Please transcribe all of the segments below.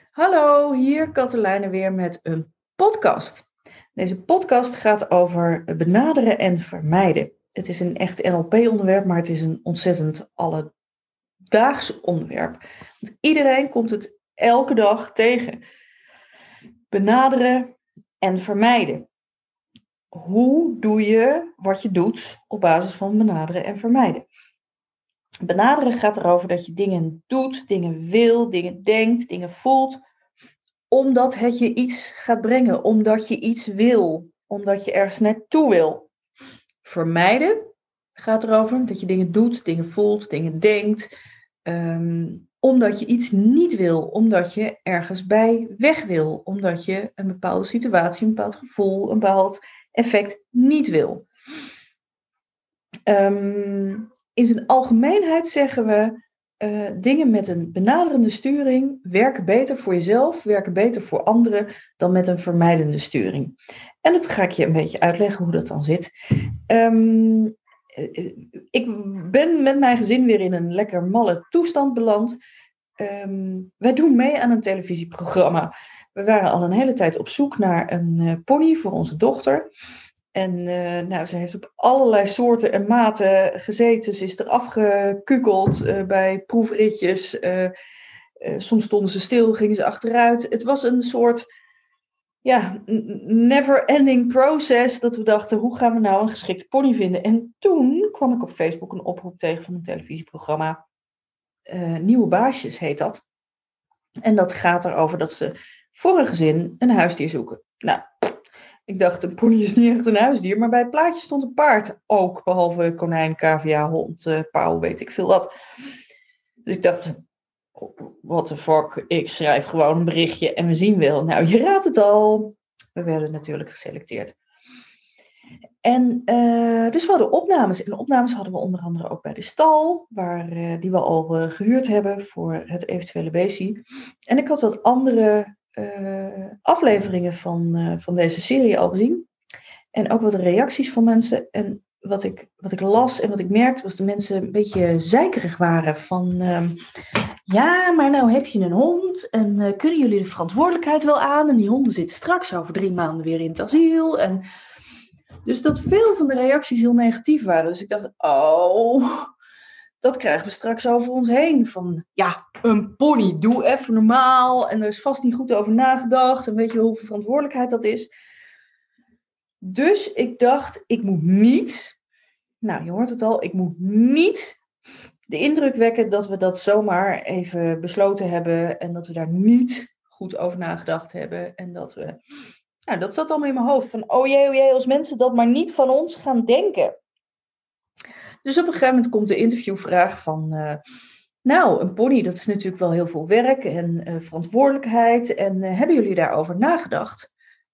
Hallo, hier Katelijne weer met een podcast. Deze podcast gaat over benaderen en vermijden. Het is een echt NLP-onderwerp, maar het is een ontzettend alledaags onderwerp. Want iedereen komt het elke dag tegen. Benaderen en vermijden. Hoe doe je wat je doet op basis van benaderen en vermijden? Benaderen gaat erover dat je dingen doet, dingen wil, dingen denkt, dingen voelt, omdat het je iets gaat brengen, omdat je iets wil, omdat je ergens naartoe wil. Vermijden gaat erover dat je dingen doet, dingen voelt, dingen denkt, omdat je iets niet wil, omdat je ergens bij weg wil, omdat je een bepaalde situatie, een bepaald gevoel, een bepaald effect niet wil. In zijn algemeenheid zeggen we, dingen met een benaderende sturing werken beter voor jezelf, werken beter voor anderen dan met een vermijdende sturing. En dat ga ik je een beetje uitleggen hoe dat dan zit. Ik ben met mijn gezin weer in een lekker malle toestand beland. Wij doen mee aan een televisieprogramma. We waren al een hele tijd op zoek naar een pony voor onze dochter. En ze heeft op allerlei soorten en maten gezeten. Ze is eraf gekukeld bij proefritjes. Soms stonden ze stil, gingen ze achteruit. Het was een soort never-ending process dat we dachten, hoe gaan we nou een geschikte pony vinden? En toen kwam ik op Facebook een oproep tegen van een televisieprogramma. Nieuwe Baasjes heet dat. En dat gaat erover dat ze voor een gezin een huisdier zoeken. Nou, ik dacht, een pony is niet echt een huisdier, maar bij het plaatje stond een paard ook, behalve konijn, cavia, hond, pauw, weet ik veel wat. Dus ik dacht, what the fuck, ik schrijf gewoon een berichtje en we zien wel. Nou, je raadt het al, we werden natuurlijk geselecteerd. En dus we hadden opnames. En opnames hadden we onder andere ook bij de stal, die we al gehuurd hebben voor het eventuele beestie. En ik had wat andere afleveringen van deze serie al gezien. En ook wat reacties van mensen. En wat ik las en wat ik merkte was dat mensen een beetje zeikerig waren. Van ja, maar nou heb je een hond. En kunnen jullie de verantwoordelijkheid wel aan? En die honden zitten straks over 3 maanden weer in het asiel. En dus dat veel van de reacties heel negatief waren. Dus ik dacht, oh, dat krijgen we straks over ons heen. Van, ja, een pony, doe even normaal. En er is vast niet goed over nagedacht. En weet je hoeveel verantwoordelijkheid dat is. Dus ik dacht, ik moet niet, nou je hoort het al, ik moet niet de indruk wekken dat we dat zomaar even besloten hebben. En dat we daar niet goed over nagedacht hebben. En dat we, nou dat zat allemaal in mijn hoofd. Van, oh jee, als mensen dat maar niet van ons gaan denken. Dus op een gegeven moment komt de interviewvraag van, nou, een pony, dat is natuurlijk wel heel veel werk en verantwoordelijkheid. En hebben jullie daarover nagedacht?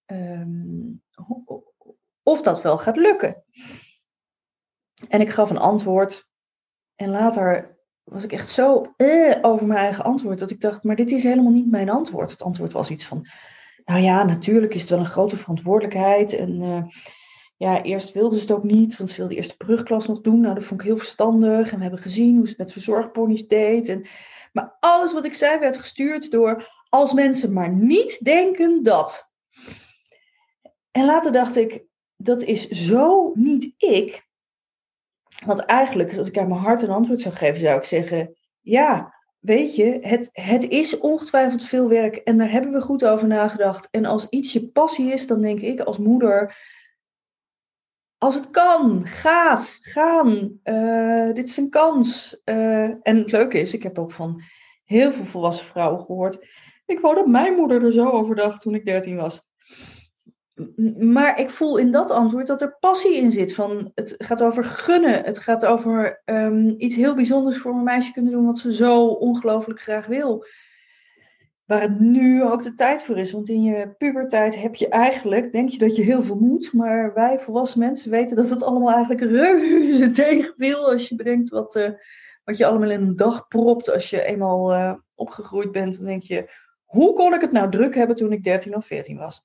Of dat wel gaat lukken? En ik gaf een antwoord. En later was ik echt zo over mijn eigen antwoord, dat ik dacht, maar dit is helemaal niet mijn antwoord. Het antwoord was iets van, nou ja, natuurlijk is het wel een grote verantwoordelijkheid. En eerst wilden ze het ook niet, want ze wilden eerst de brugklas nog doen. Nou, dat vond ik heel verstandig. En we hebben gezien hoe ze het met verzorgponies deed. Maar alles wat ik zei werd gestuurd door, als mensen maar niet denken dat. En later dacht ik, dat is zo niet ik. Want eigenlijk, als ik aan mijn hart een antwoord zou geven, zou ik zeggen, ja, weet je, het is ongetwijfeld veel werk en daar hebben we goed over nagedacht. En als iets je passie is, dan denk ik als moeder, als het kan, gaaf, gaan, dit is een kans. En het leuke is, ik heb ook van heel veel volwassen vrouwen gehoord, ik wou dat mijn moeder er zo over dacht toen ik 13 was. Maar ik voel in dat antwoord dat er passie in zit. Van, het gaat over gunnen. Het gaat over iets heel bijzonders voor een meisje kunnen doen wat ze zo ongelooflijk graag wil. Waar het nu ook de tijd voor is. Want in je puberteit heb je eigenlijk, denk je dat je heel veel moet. Maar wij volwassen mensen weten dat het allemaal eigenlijk reuze tegenviel. Als je bedenkt wat je allemaal in een dag propt. Als je eenmaal opgegroeid bent, dan denk je, hoe kon ik het nou druk hebben toen ik 13 of 14 was?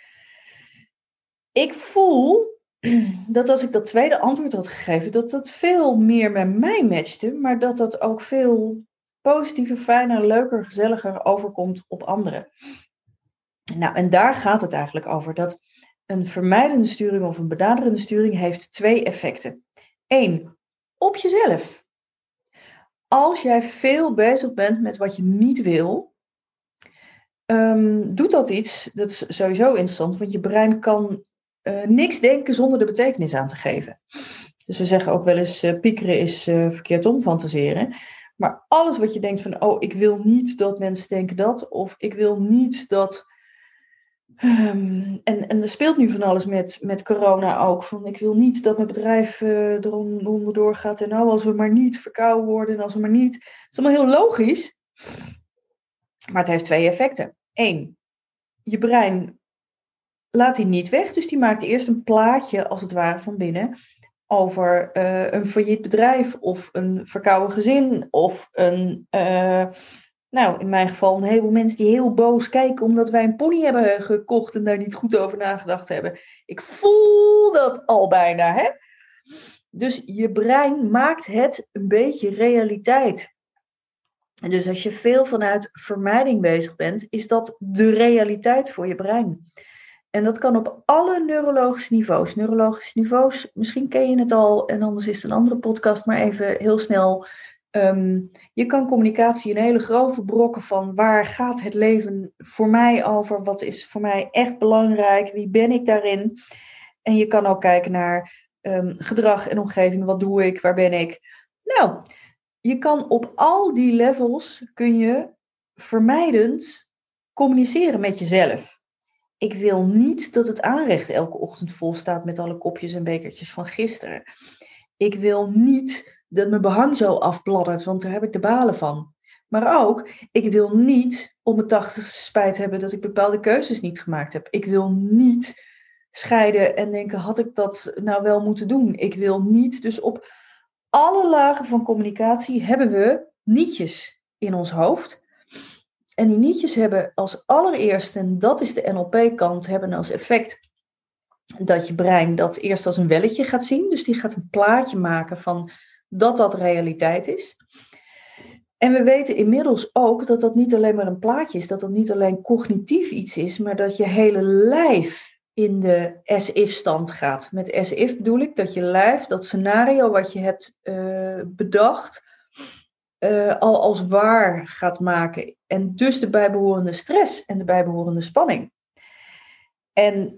Ik voel dat als ik dat tweede antwoord had gegeven, dat dat veel meer met mij matchte, maar dat dat ook veel positiever, fijner, leuker, gezelliger overkomt op anderen. Nou, en daar gaat het eigenlijk over. Dat een vermijdende sturing of een benaderende sturing heeft 2 effecten. 1, op jezelf. Als jij veel bezig bent met wat je niet wil, doet dat iets, dat is sowieso interessant, want je brein kan niks denken zonder de betekenis aan te geven. Dus we zeggen ook wel eens, piekeren is verkeerd om fantaseren. Maar alles wat je denkt van, ik wil niet dat mensen denken dat, of ik wil niet dat... en er speelt nu van alles met corona ook. Van, ik wil niet dat mijn bedrijf eronder doorgaat. En als we maar niet verkouden worden. En als we maar niet... Het is allemaal heel logisch. Maar het heeft 2 effecten. 1, je brein laat die niet weg. Dus die maakt eerst een plaatje, als het ware, van binnen. Over een failliet bedrijf. Of een verkouden gezin. Of een... in mijn geval een heleboel mensen die heel boos kijken omdat wij een pony hebben gekocht en daar niet goed over nagedacht hebben. Ik voel dat al bijna, hè? Dus je brein maakt het een beetje realiteit. En dus als je veel vanuit vermijding bezig bent, is dat de realiteit voor je brein. En dat kan op alle neurologische niveaus. Neurologische niveaus, misschien ken je het al en anders is het een andere podcast, maar even heel snel. Je kan communicatie in hele grove brokken van waar gaat het leven voor mij over? Wat is voor mij echt belangrijk? Wie ben ik daarin? En je kan ook kijken naar gedrag en omgeving. Wat doe ik? Waar ben ik? Nou, je kan op al die levels kun je vermijdend communiceren met jezelf. Ik wil niet dat het aanrecht elke ochtend vol staat met alle kopjes en bekertjes van gisteren. Ik wil niet dat mijn behang zo afbladdert, want daar heb ik de balen van. Maar ook, ik wil niet om mijn 80ste spijt hebben dat ik bepaalde keuzes niet gemaakt heb. Ik wil niet scheiden en denken, had ik dat nou wel moeten doen? Ik wil niet. Dus op alle lagen van communicatie hebben we nietjes in ons hoofd. En die nietjes hebben als allereerste, en dat is de NLP-kant, hebben als effect dat je brein dat eerst als een welletje gaat zien. Dus die gaat een plaatje maken van dat realiteit is. En we weten inmiddels ook dat dat niet alleen maar een plaatje is, dat dat niet alleen cognitief iets is, maar dat je hele lijf in de as-if-stand gaat. Met as-if bedoel ik dat je lijf, dat scenario wat je hebt bedacht, al als waar gaat maken. En dus de bijbehorende stress en de bijbehorende spanning. En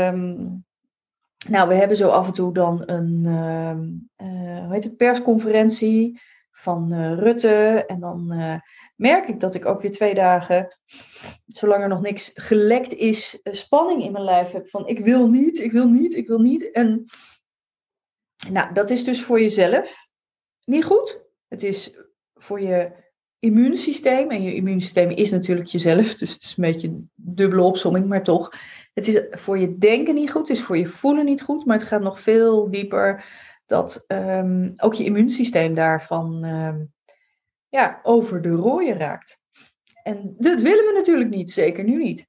we hebben zo af en toe dan een persconferentie van Rutte. En dan merk ik dat ik ook weer 2 dagen, zolang er nog niks gelekt is, spanning in mijn lijf heb. Van ik wil niet, ik wil niet, ik wil niet. En dat is dus voor jezelf niet goed. Het is voor je immuunsysteem. En je immuunsysteem is natuurlijk jezelf. Dus het is een beetje een dubbele opsomming, maar toch. Het is voor je denken niet goed. Het is voor je voelen niet goed. Maar het gaat nog veel dieper dat ook je immuunsysteem daarvan over de rooien raakt. En dat willen we natuurlijk niet. Zeker nu niet.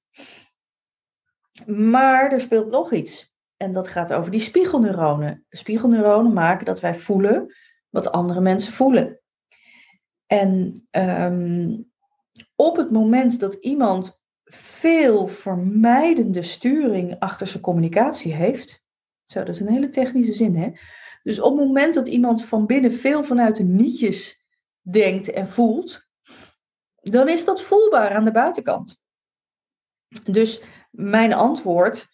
Maar er speelt nog iets. En dat gaat over die spiegelneuronen. Spiegelneuronen maken dat wij voelen wat andere mensen voelen. En op het moment dat iemand veel vermijdende sturing achter zijn communicatie heeft. Zo, dat is een hele technische zin, hè? Dus op het moment dat iemand van binnen veel vanuit de nietjes denkt en voelt, dan is dat voelbaar aan de buitenkant. Dus mijn antwoord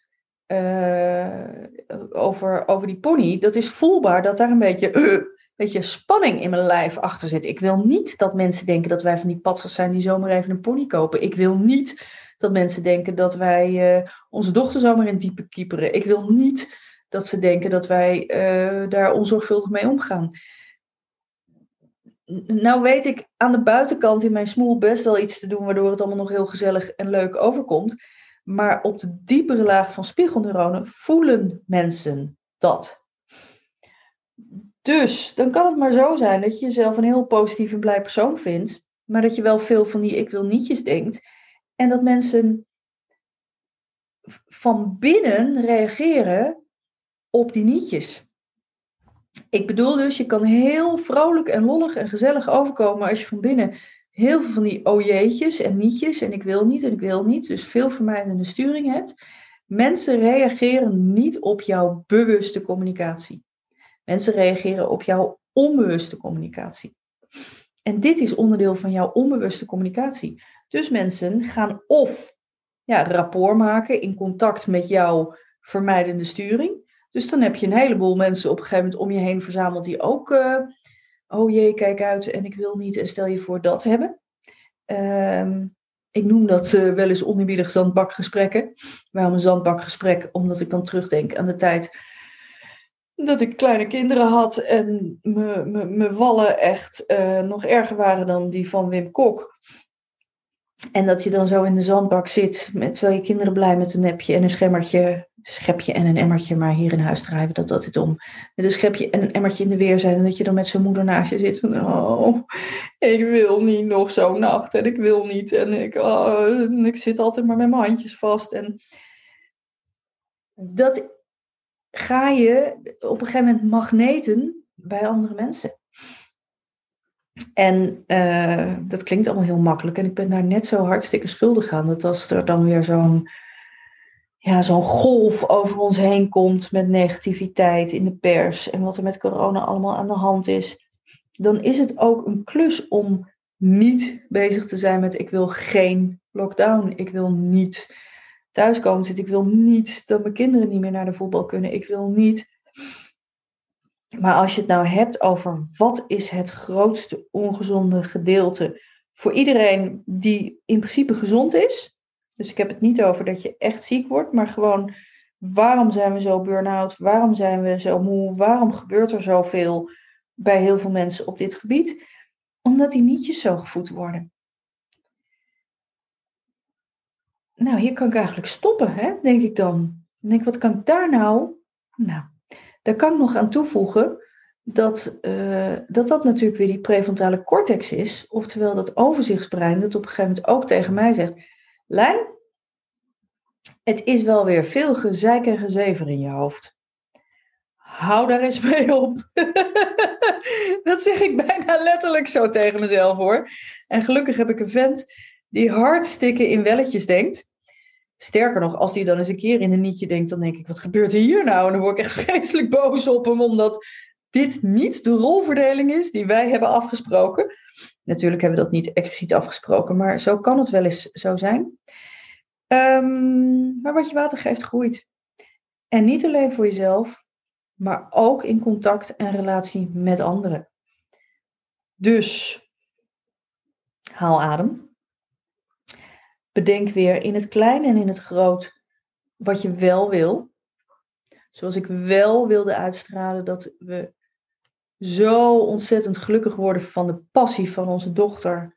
over die pony, dat is voelbaar dat daar een beetje spanning in mijn lijf achter zit. Ik wil niet dat mensen denken dat wij van die patsers zijn die zomaar even een pony kopen. Ik wil niet dat mensen denken dat wij onze dochter zomaar in diepe kieperen. Ik wil niet dat ze denken dat wij daar onzorgvuldig mee omgaan. Nou weet ik aan de buitenkant in mijn smoel best wel iets te doen waardoor het allemaal nog heel gezellig en leuk overkomt. Maar op de diepere laag van spiegelneuronen voelen mensen dat. Dus dan kan het maar zo zijn dat je jezelf een heel positief en blij persoon vindt. Maar dat je wel veel van die ik wil nietjes denkt. En dat mensen van binnen reageren op die nietjes. Ik bedoel dus, je kan heel vrolijk en lollig en gezellig overkomen als je van binnen heel veel van die oh jeetjes en nietjes en ik wil niet en ik wil niet, dus veel vermijdende sturing hebt. Mensen reageren niet op jouw bewuste communicatie. Mensen reageren op jouw onbewuste communicatie. En dit is onderdeel van jouw onbewuste communicatie. Dus mensen gaan of rapport maken in contact met jouw vermijdende sturing. Dus dan heb je een heleboel mensen op een gegeven moment om je heen verzameld die ook, oh jee, kijk uit en ik wil niet en stel je voor dat hebben. Ik noem dat wel eens oneerbiedig zandbakgesprekken. Waarom een zandbakgesprek? Omdat ik dan terugdenk aan de tijd dat ik kleine kinderen had en me wallen echt nog erger waren dan die van Wim Kok. En dat je dan zo in de zandbak zit, terwijl je kinderen blij met een nepje en een schepje en een emmertje, maar hier in huis draaien we dat altijd om. Met een schepje en een emmertje in de weer zijn en dat je dan met zo'n moeder naast je zit van, oh, ik wil niet nog zo'n nacht en ik wil niet en ik zit altijd maar met mijn handjes vast. En dat ga je op een gegeven moment magneten bij andere mensen. En dat klinkt allemaal heel makkelijk. En ik ben daar net zo hartstikke schuldig aan. Dat als er dan weer zo'n golf over ons heen komt met negativiteit in de pers. En wat er met corona allemaal aan de hand is. Dan is het ook een klus om niet bezig te zijn met ik wil geen lockdown. Ik wil niet thuis komen zitten. Ik wil niet dat mijn kinderen niet meer naar de voetbal kunnen. Ik wil niet. Maar als je het nou hebt over wat is het grootste ongezonde gedeelte voor iedereen die in principe gezond is. Dus ik heb het niet over dat je echt ziek wordt, maar gewoon waarom zijn we zo burn-out? Waarom zijn we zo moe? Waarom gebeurt er zoveel bij heel veel mensen op dit gebied? Omdat die nietjes zo gevoed worden. Nou, hier kan ik eigenlijk stoppen, hè? Denk ik dan. Dan denk ik, wat kan ik daar nou? Nou, daar kan ik nog aan toevoegen dat natuurlijk weer die prefrontale cortex is. Oftewel dat overzichtsbrein dat op een gegeven moment ook tegen mij zegt. Lijn, het is wel weer veel gezeik en gezever in je hoofd. Hou daar eens mee op. Dat zeg ik bijna letterlijk zo tegen mezelf hoor. En gelukkig heb ik een vent die hartstikke in welletjes denkt. Sterker nog, als die dan eens een keer in een nietje denkt, dan denk ik, wat gebeurt er hier nou? En dan word ik echt vreselijk boos op hem, omdat dit niet de rolverdeling is die wij hebben afgesproken. Natuurlijk hebben we dat niet expliciet afgesproken, maar zo kan het wel eens zo zijn. Maar wat je water geeft, groeit. En niet alleen voor jezelf, maar ook in contact en relatie met anderen. Dus, haal adem. Bedenk weer in het klein en in het groot wat je wel wil. Zoals ik wel wilde uitstralen dat we zo ontzettend gelukkig worden van de passie van onze dochter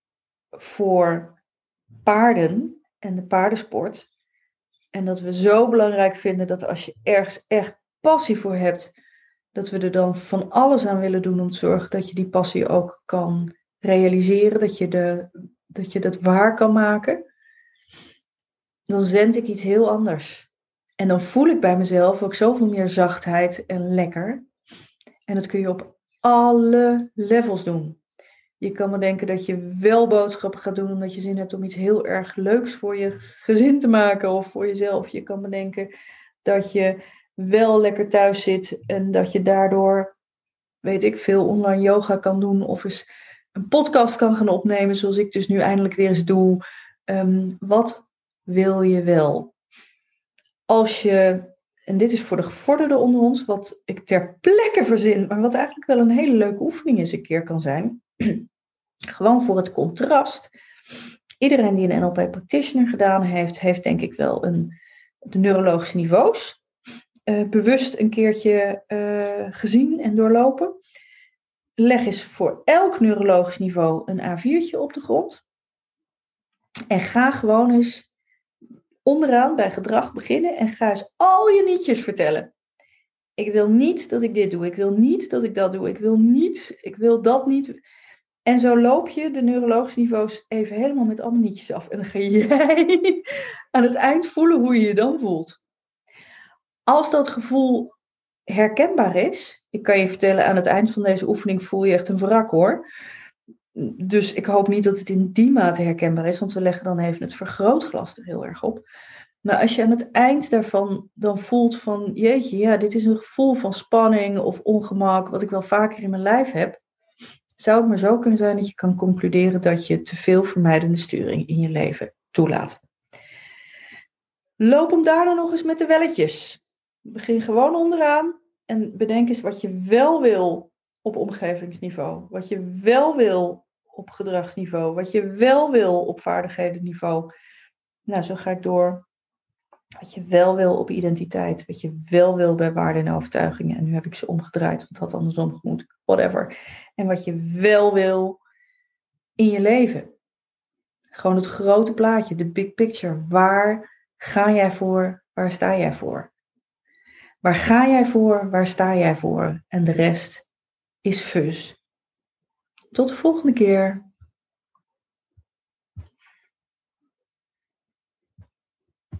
voor paarden en de paardensport. En dat we zo belangrijk vinden dat als je ergens echt passie voor hebt, dat we er dan van alles aan willen doen om te zorgen dat je die passie ook kan realiseren, dat je dat waar kan maken. Dan zend ik iets heel anders. En dan voel ik bij mezelf ook zoveel meer zachtheid en lekker. En dat kun je op alle levels doen. Je kan maar denken dat je wel boodschappen gaat doen omdat je zin hebt om iets heel erg leuks voor je gezin te maken of voor jezelf. Je kan bedenken dat je wel lekker thuis zit en dat je daardoor, weet ik, veel online yoga kan doen of eens een podcast kan gaan opnemen zoals ik dus nu eindelijk weer eens doe. Wat wil je wel? Als je, en dit is voor de gevorderden onder ons, wat ik ter plekke verzin, maar wat eigenlijk wel een hele leuke oefening eens een keer kan zijn. Gewoon voor het contrast. Iedereen die een NLP Practitioner gedaan heeft, heeft denk ik wel de neurologische niveaus bewust een keertje gezien en doorlopen. Leg eens voor elk neurologisch niveau een A4'tje op de grond. En ga gewoon eens onderaan bij gedrag beginnen en ga eens al je nietjes vertellen. Ik wil niet dat ik dit doe. Ik wil niet dat ik dat doe. Ik wil dat niet. En zo loop je de neurologische niveaus even helemaal met allemaal nietjes af. En dan ga jij aan het eind voelen hoe je je dan voelt. Als dat gevoel herkenbaar is. Ik kan je vertellen, aan het eind van deze oefening voel je echt een wrak hoor. Dus ik hoop niet dat het in die mate herkenbaar is, want we leggen dan even het vergrootglas er heel erg op. Maar als je aan het eind daarvan dan voelt van, jeetje, ja, dit is een gevoel van spanning of ongemak, wat ik wel vaker in mijn lijf heb, zou het maar zo kunnen zijn dat je kan concluderen dat je te veel vermijdende sturing in je leven toelaat. Loop hem daarna nog eens met de welletjes. Begin gewoon onderaan en bedenk eens wat je wel wil op omgevingsniveau. Wat je wel wil op gedragsniveau. Wat je wel wil op vaardighedenniveau. Nou, zo ga ik door. Wat je wel wil op identiteit. Wat je wel wil bij waarden en overtuigingen. En nu heb ik ze omgedraaid, want het had andersom moet. Whatever. En wat je wel wil in je leven. Gewoon het grote plaatje, de big picture. Waar ga jij voor? Waar sta jij voor? Waar ga jij voor? Waar sta jij voor? En de rest is fus. Tot de volgende keer.